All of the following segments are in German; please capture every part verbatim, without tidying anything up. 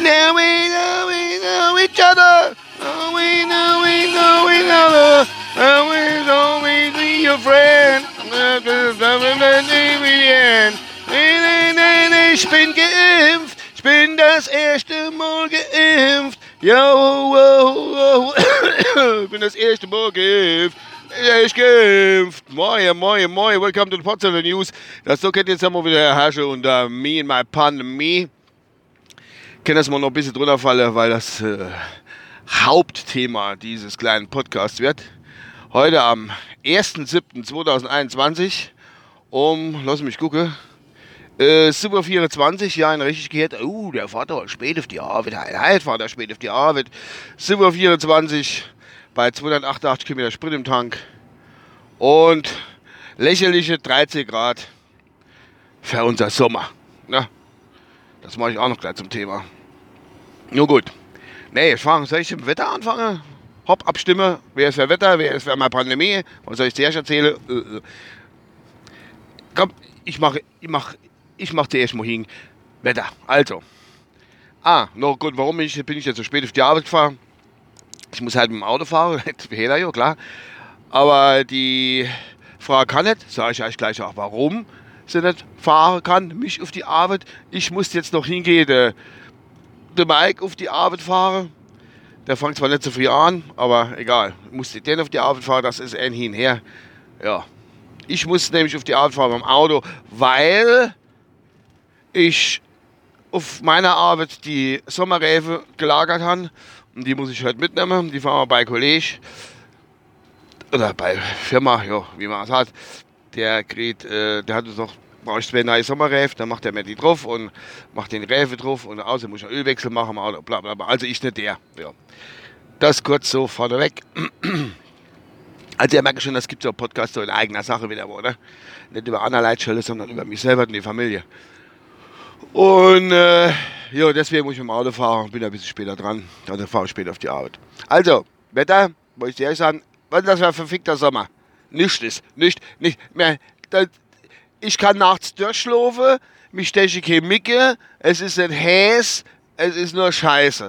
Now we know we know each other. Now we know we know each other. Now we know we be your friend. Ich bin geimpft. Ich bin das erste Mal geimpft. Yo, yo, yo. Ich bin das erste Mal geimpft. Ich geimpft. Moin, moin, moin. Welcome to the Potsdamer News. Das so kennt jetzt einmal wieder Herr Hasche und uh, me and my pandemie. Ich kann das mal noch ein bisschen drunter fallen, weil das äh, Hauptthema dieses kleinen Podcasts wird. Heute am ersten siebten zweitausendeinundzwanzig um, lass mich gucken, äh, sieben Uhr vierundzwanzig, ja, richtig gehört, oh, der Vater war spät auf die Arbeit, halt, Vater spät auf die Arbeit, sieben Uhr vierundzwanzig bei zweihundertachtundachtzig Kilometer Sprit im Tank und lächerliche dreizehn Grad für unser Sommer, ne? Das mache ich auch noch gleich zum Thema. Nur gut. Nee, ich fange, soll ich im Wetter anfangen? Hopp, abstimme. Wer ist für Wetter? Wer ist für meine Pandemie? Was soll ich zuerst erzählen? Äh, komm, ich mache ich mach, ich mach zuerst mal hin. Wetter. Also. Ah, noch gut, warum bin ich, bin ich jetzt so spät auf die Arbeit gefahren? Ich muss halt mit dem Auto fahren. Fehler, ja, klar. Aber die Frau kann nicht. Sage ich euch gleich auch, warum sie nicht fahren kann, mich auf die Arbeit. Ich muss jetzt noch hingehen, der, der Mike auf die Arbeit fahren. Der fängt zwar nicht so früh an, aber egal. Ich muss den auf die Arbeit fahren, das ist ein Hinher. Ja. Ich muss nämlich auf die Arbeit fahren mit dem Auto, weil ich auf meiner Arbeit die Sommerreifen gelagert habe. Und die muss ich heute mitnehmen. Die fahren wir bei Kollege. Oder bei Firma, ja, wie man es hat. Der kriegt, äh, der hat uns noch, brauche ich zwei neue Sommerreifen, dann macht er mir die drauf und macht den Reifen drauf und außerdem muss ich einen Ölwechsel machen, bla bla bla. Also ich nicht der. Ja. Das kurz so vorneweg. Also ihr merkt schon, es gibt so einen Podcast so in eigener Sache wieder, oder? Nicht über andere Leute, sondern über mich selber und die Familie. Und äh, ja, deswegen muss ich mit dem Auto fahren, bin ein bisschen später dran, also fahre ich später auf die Arbeit. Also, Wetter, wollte ich dir ehrlich sagen, was ist das für ein verfickter Sommer? Nichts ist, nicht, nicht mehr. Das, ich kann nachts durchschlafen, mich steche keine Micke, es ist nicht heiß, es ist nur Scheiße.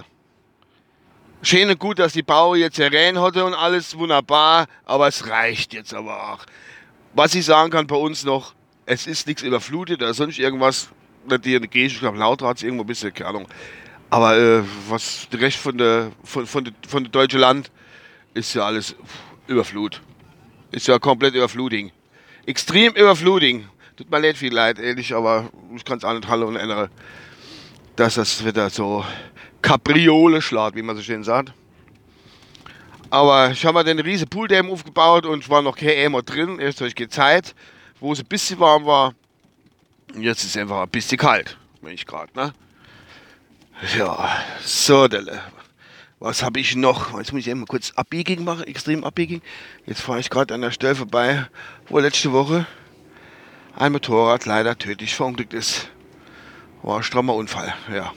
Schön und gut, dass die Bauer jetzt hier rein hatte und alles wunderbar, aber es reicht jetzt aber auch. Was ich sagen kann bei uns noch, es ist nichts überflutet oder sonst irgendwas, die Geschichte, ich glaube Lautrats irgendwo ein bisschen, keine Ahnung. Aber äh, was der Rest von der von, von, der, von der deutschen Land ist ja alles Überflut. Ist ja komplett Überfluting. Extrem Überfluting. Tut mir leid, viel leid, ehrlich, aber ich kann es auch nicht halten und ändern, dass das wieder so Kapriole schlägt, wie man so schön sagt. Aber ich habe mir den riesen Pooldam aufgebaut und es war noch kein Eimer drin. Erst habe ich gezeigt, wo es ein bisschen warm war. Und jetzt ist es einfach ein bisschen kalt, wenn ich gerade, ne? Ja, so, Delle. Was habe ich noch? Jetzt muss ich eben kurz Abbiegen machen, extrem Abbiegen. Jetzt fahre ich gerade an der Stelle vorbei, wo letzte Woche ein Motorrad leider tödlich verunglückt ist. War ein strammer Unfall, ja.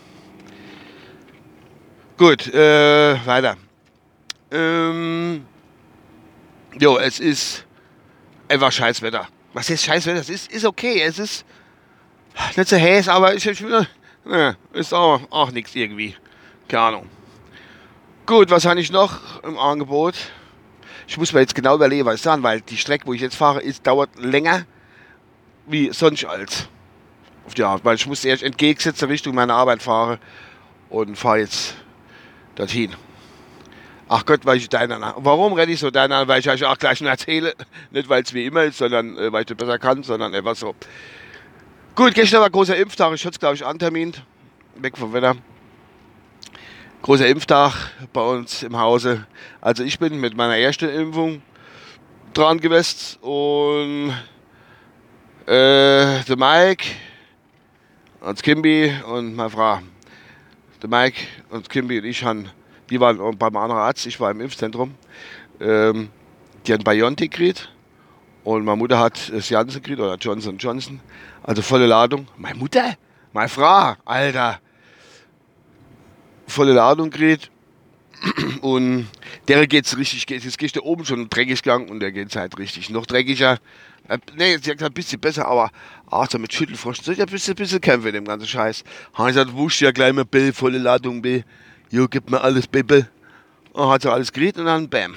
Gut, äh, weiter. Ähm, jo, es ist einfach Scheißwetter. Was heißt Scheißwetter? Es ist, ist okay, es ist nicht so heiß, aber ich, ich ne, ist auch, auch nichts irgendwie. Keine Ahnung. Gut, was habe ich noch im Angebot? Ich muss mir jetzt genau überlegen, was ich sagen, weil die Strecke, wo ich jetzt fahre, ist, dauert länger wie sonst als auf die Arbeit. Weil ich muss erst entgegengesetzte Richtung meiner Arbeit fahren und fahre jetzt dorthin. Ach Gott, weil ich deiner. Warum rede ich so deiner? Weil ich euch auch gleich nur erzähle. Nicht weil es wie immer ist, sondern äh, weil ich das besser kann, sondern einfach so. Gut, gestern war großer Impftag. Ich hatte es, glaube ich, antermint. Weg vom Wetter. Großer Impftag bei uns im Hause. Also ich bin mit meiner ersten Impfung dran gewesen und äh, der Mike und das Kimby und meine Frau. Der Mike und das Kimby und ich haben, die waren beim anderen Arzt, ich war im Impfzentrum. Ähm, die haben BioNTech gekriegt und meine Mutter hat das Janssen gekriegt oder Johnson und Johnson. Also volle Ladung. Meine Mutter? Meine Frau? Alter. Volle Ladung gekriegt. Und der geht's richtig, jetzt gehst du oben schon dreckig gegangen und der geht's halt richtig noch dreckiger. Äh, ne, jetzt sagt ein bisschen besser, aber ach, so mit Schüttelfrost, soll ich ein bisschen, bisschen kämpfen in dem ganzen Scheiß. Habe ich gesagt, wusch ja gleich mal Bill, volle Ladung, Bill. Jo, gib mir alles, Bill. Und hat so alles geredet und dann bam.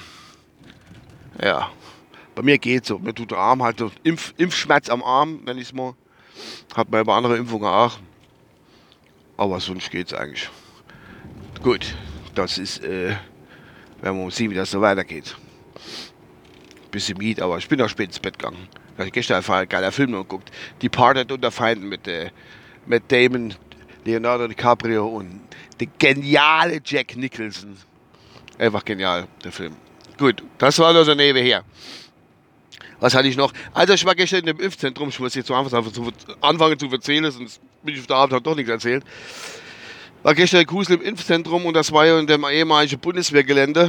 Ja, bei mir geht's so. Mir tut der Arm halt so Impf, Impfschmerz am Arm, nenn ich's mal. Hat man bei anderen Impfungen auch. Aber sonst geht's eigentlich. Gut, das ist, äh, werden wir mal sehen, wie das so weitergeht. Bisschen Miet, aber ich bin auch spät ins Bett gegangen. Ich habe gestern einfach ein geiler Film noch geguckt. Departed unter Feinden mit, äh, mit Damon, Leonardo DiCaprio und der geniale Jack Nicholson. Einfach genial, der Film. Gut, das war nur so nebenher. Was hatte ich noch? Also ich war gestern in dem Impfzentrum, ich muss jetzt so einfach anfangen zu erzählen, sonst bin ich auf der Abend halt doch nichts erzählt. War gestern in Kusel im Impfzentrum und das war ja in dem ehemaligen Bundeswehrgelände.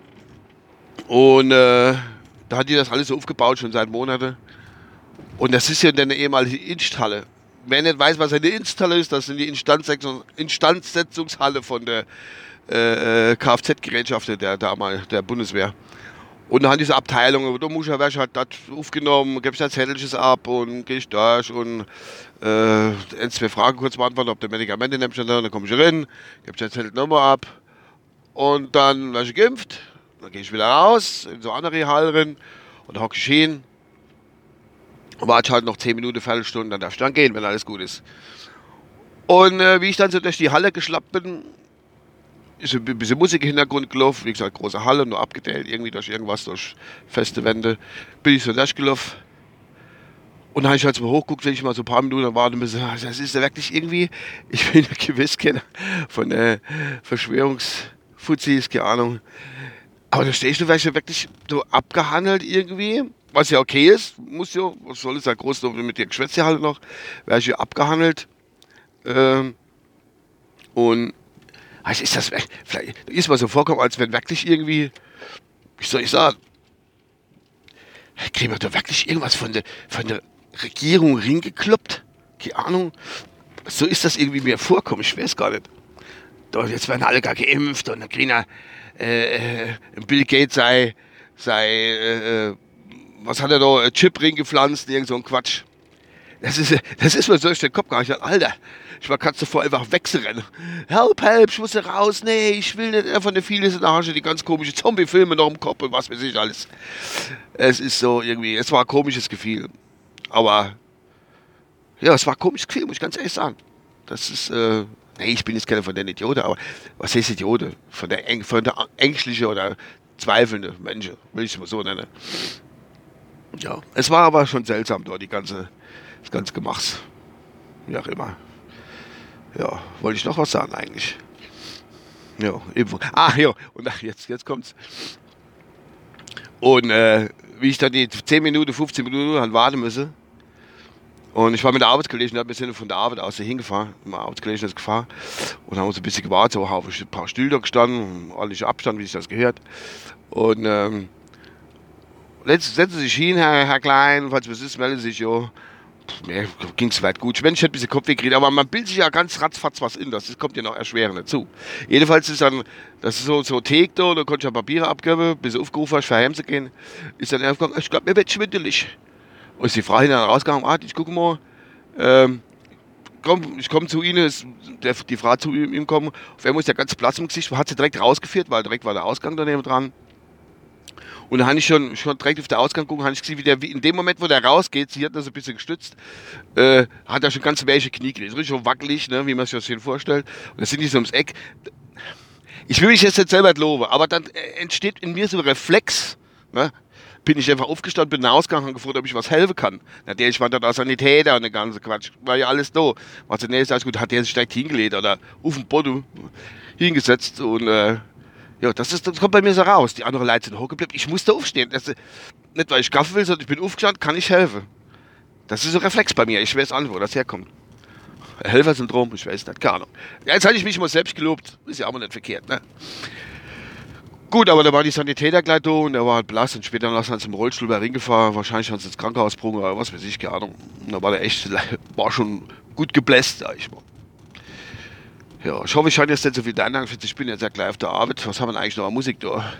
Und äh, da hat die das alles so aufgebaut, schon seit Monaten. Und das ist ja eine ehemalige Installe. Wer nicht weiß, was eine Installe ist, das sind die Instandsetzung, Instandsetzungshalle von der äh, Kfz-Gerätschaften der damals der Bundeswehr. Und dann haben diese Abteilungen, da musst du ja halt das aufgenommen, gibst das Zettelchen ab und gehst durch und äh, ein, zwei Fragen kurz beantworten, ob du Medikamente nimmst, dann kommst du rein, gibst das Zettel nochmal ab und dann wirst du geimpft, dann gehst du wieder raus, in so eine andere Halle rein und da hockst du hin und wartest halt noch zehn Minuten, Viertelstunde, dann darfst du dann gehen, wenn alles gut ist. Und äh, wie ich dann so durch die Halle geschlappt bin, ist ein bisschen Musik im Hintergrund gelaufen, wie gesagt, große Halle, nur abgeteilt, irgendwie durch irgendwas, durch feste Wände, bin ich so durchgelaufen. Und dann habe ich halt mal hochgeguckt, wenn ich mal so ein paar Minuten warte, und so, das ist ja wirklich irgendwie, ich bin ja gewiss keiner von äh, Verschwörungsfuzis, keine Ahnung. Aber da stehe ich nur wirklich so abgehandelt irgendwie, was ja okay ist, muss ja, was soll es ja groß mit der Geschwätze halt noch, wäre ich ja abgehandelt. Ähm, und also ist das, vielleicht ist mal so vorkommen, als wenn wirklich irgendwie, wie soll ich sagen, kriegen wir da wirklich irgendwas von der, von der Regierung ringekloppt? Keine Ahnung. So ist das irgendwie mir vorkommen, ich weiß gar nicht. Doch, jetzt werden alle gar geimpft und dann kriegen wir, äh, Bill Gates sei, sei, äh, was hat er da, ein Chip ringepflanzt, irgend so ein Quatsch. Das ist, das ist mir so durch den Kopf gegangen. Ich dachte, Alter, ich war kurz davor einfach wegzurennen. Help, help, ich muss hier raus. Nee, ich will nicht. Von der vieles in der Hasche, die ganz komischen Zombie-Filme noch im Kopf und was weiß ich alles. Es ist so irgendwie, es war ein komisches Gefühl. Aber, ja, es war ein komisches Gefühl, muss ich ganz ehrlich sagen. Das ist, äh, nee, ich bin jetzt keiner von den Idioten, aber was heißt Idioten? Von der, von der ängstlichen oder zweifelnden Menschen, will ich es mal so nennen. Ja, es war aber schon seltsam dort, die ganze, das ganze Gemachs. Wie auch immer. Ja, wollte ich noch was sagen eigentlich? Ja, Impfung. Ah, ja, und ach, jetzt, jetzt kommt's. Und äh, wie ich dann die zehn Minuten, fünfzehn Minuten halt warten müsse. Und ich war mit der Arbeitskollegen, wir sind von der Arbeit aus hier hingefahren. Meine Arbeitskollegen ist gefahren. Und haben uns ein bisschen gewartet, so auf ein paar Stühle da gestanden, ordentlicher Abstand, wie sich das gehört. Und ähm, setzen Sie sich hin, Herr, Herr Klein, falls was ist, melden Sie sich, ja. Mir ging es weit gut. Ich hätte ein bisschen Kopfweh gekriegt, aber man bildet sich ja ganz ratzfatz was in das. Das kommt ja noch erschwerend dazu. Jedenfalls ist dann, das ist so, so Thek da, da konnte ich ja Papiere abgeben, bis ich aufgerufen hast, für heim zu gehen. Ist dann aufgegangen, ich glaube, mir wird schwindelig. Und ist die Frau hinterher rausgegangen, ah, ich gucke mal, ähm, komm, ich komme zu Ihnen, ist der, die Frau zu ihm kommen. Auf einmal ist der ganze Platz im Gesicht, hat sie direkt rausgeführt, weil direkt war der Ausgang daneben dran. Und dann habe ich schon, schon direkt auf den Ausgang geguckt, habe ich gesehen, wie der, wie in dem Moment, wo der rausgeht, sie hat das ein bisschen gestützt, äh, hat er schon ganz welche Knie gelegt. Richtig so wackelig, ne, wie man sich das hier vorstellt. Und das sind die so ums Eck. Ich will mich jetzt nicht selber loben, aber dann entsteht in mir so ein Reflex, ne? Bin ich einfach aufgestanden, bin in den Ausgang und gefragt, ob ich was helfen kann. Natürlich war da der Sanitäter und der ganze Quatsch, war ja alles da. Was der nächste, alles gut, hat der sich direkt hingelegt oder auf den Boden hingesetzt und, äh, ja, das, ist, das kommt bei mir so raus. Die anderen Leute sind hochgeblieben. Ich musste aufstehen. Das, nicht, weil ich gaffen will, sondern ich bin aufgestanden, kann ich helfen. Das ist ein Reflex bei mir. Ich weiß auch nicht, wo das herkommt. Helfersyndrom, ich weiß nicht, keine Ahnung. Ja, jetzt hatte ich mich mal selbst gelobt. Ist ja auch mal nicht verkehrt, ne? Gut, aber da war die Sanitäter gleich da und der war halt blass. Und später lassen wir uns im Rollstuhl bei Ring gefahren. Wahrscheinlich haben sie ins Krankenhaus gebrungen oder was weiß ich, keine Ahnung. Und da war der echt, war schon gut gebläst, sag ich mal. Ja, ich hoffe, ich habe jetzt nicht so viel Eingang. Ich bin jetzt ja gleich auf der Arbeit. Was haben wir denn eigentlich noch an Musik da?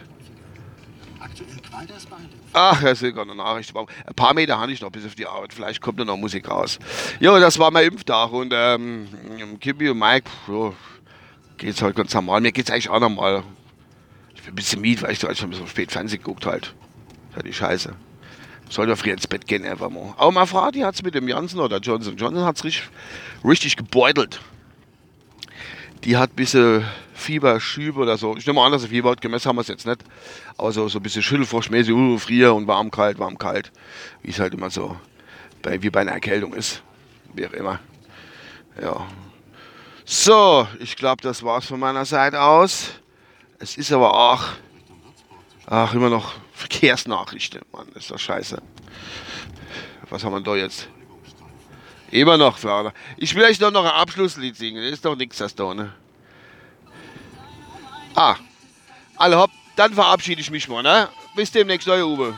Ach, ja, sogar eine Nachricht. Ein paar Meter habe ich noch bis auf die Arbeit. Vielleicht kommt noch Musik raus. Ja, das war mein Impftag. Und ähm, Kimi und Mike, ja, geht's halt ganz normal. Mir geht's eigentlich auch normal. Ich bin ein bisschen müde, weil ich halt schon so spät Fernsehen geguckt halt. Das ist halt die Scheiße. Sollte früher ins Bett gehen, einfach mal. Aber meine Frau, die hat's mit dem Janssen oder Johnson Johnson hat's richtig, richtig gebeutelt. Die hat ein bisschen Fieber, Schübe oder so. Ich nehme an, dass sie Fieber hat. Gemessen haben wir es jetzt nicht. Aber so, so ein bisschen Schüttelfroschmäßig, uh, frier und warm, kalt, warm, kalt. Wie es halt immer so, bei, wie bei einer Erkältung ist. Wie auch immer. Ja. So, ich glaube, das war's von meiner Seite aus. Es ist aber auch, ach, immer noch Verkehrsnachrichten. Mann, ist doch scheiße. Was haben wir da jetzt? Immer noch, Vater. Ich will euch doch noch ein Abschlusslied singen. Das ist doch nichts, das da, ne? Ah. Alle hopp. Dann verabschiede ich mich mal, ne? Bis demnächst, euer Uwe.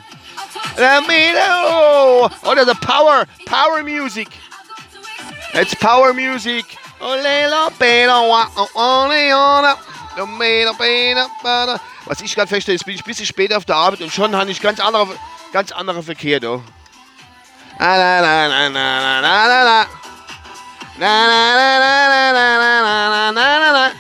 Oh, das ist Power. Power Music. It's Power Music. Was ich gerade feststelle, ist, bin ich ein bisschen spät auf der Arbeit und schon habe ich ganz andere, ganz andere Verkehr, da. Na na na na na na na na na na na na na na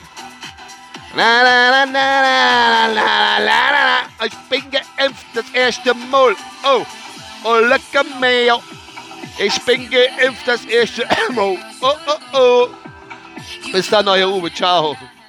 na. Ich bin geimpft das erste Mal. Oh, oh lecker Mayo. Ich bin geimpft das erste Mal. Oh oh oh. Bis dann, euer Uwe. Ciao.